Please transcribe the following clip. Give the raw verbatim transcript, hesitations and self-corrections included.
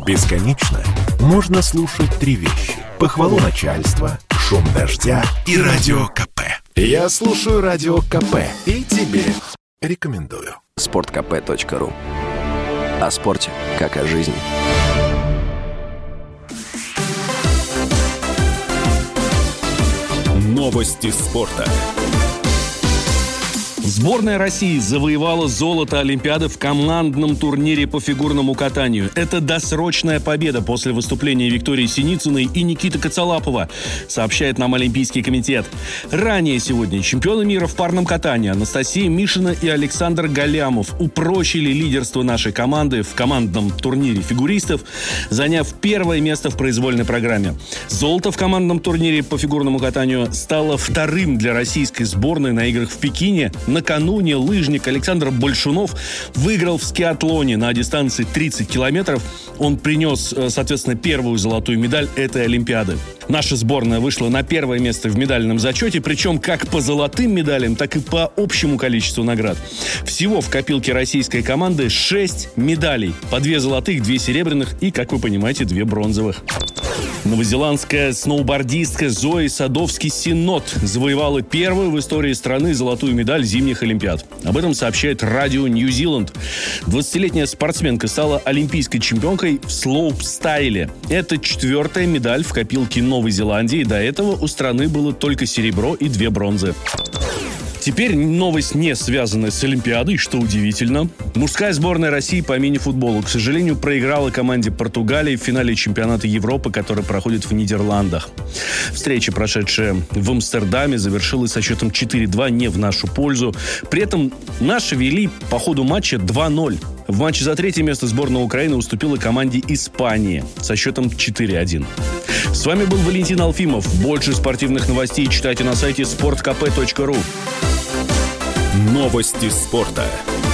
Бесконечно можно слушать три вещи: похвалу начальства, шум дождя и радио КП. Я слушаю радио КП и тебе рекомендую. спорт ка пэ точка ру. О спорте, как о жизни. Новости спорта. Сборная России завоевала золото Олимпиады в командном турнире по фигурному катанию. Это досрочная победа после выступления Виктории Синицыной и Никиты Коцалапова, сообщает нам Олимпийский комитет. Ранее сегодня чемпионы мира в парном катании Анастасия Мишина и Александр Галямов упрочили лидерство нашей команды в командном турнире фигуристов, заняв первое место в произвольной программе. Золото в командном турнире по фигурному катанию стало вторым для российской сборной на играх в Пекине. Накануне лыжник Александр Большунов выиграл в скиатлоне на дистанции тридцать километров. Он принес, соответственно, первую золотую медаль этой Олимпиады. Наша сборная вышла на первое место в медальном зачете, причем как по золотым медалям, так и по общему количеству наград. Всего в копилке российской команды шесть медалей. По две золотых, две серебряных и, как вы понимаете, две бронзовых. Новозеландская сноубордистка Зои Садовски-Синот завоевала первую в истории страны золотую медаль зимних Олимпиад. Об этом сообщает радио Нью-Зиланд. двадцатилетняя спортсменка стала олимпийской чемпионкой в слоуп-стайле. Это четвертая медаль в копилке Новой Зеландии. До этого у страны было только серебро и две бронзы. Теперь новость, не связанная с Олимпиадой, что удивительно. Мужская сборная России по мини-футболу, к сожалению, проиграла команде Португалии в финале чемпионата Европы, который проходит в Нидерландах. Встреча, прошедшая в Амстердаме, завершилась со счетом четыре-два, не в нашу пользу. При этом наши вели по ходу матча два-ноль. В матче за третье место сборная Украины уступила команде Испании со счетом четыре-один. С вами был Валентин Алфимов. Больше спортивных новостей читайте на сайте спорт ка пэ точка ру. Новости спорта.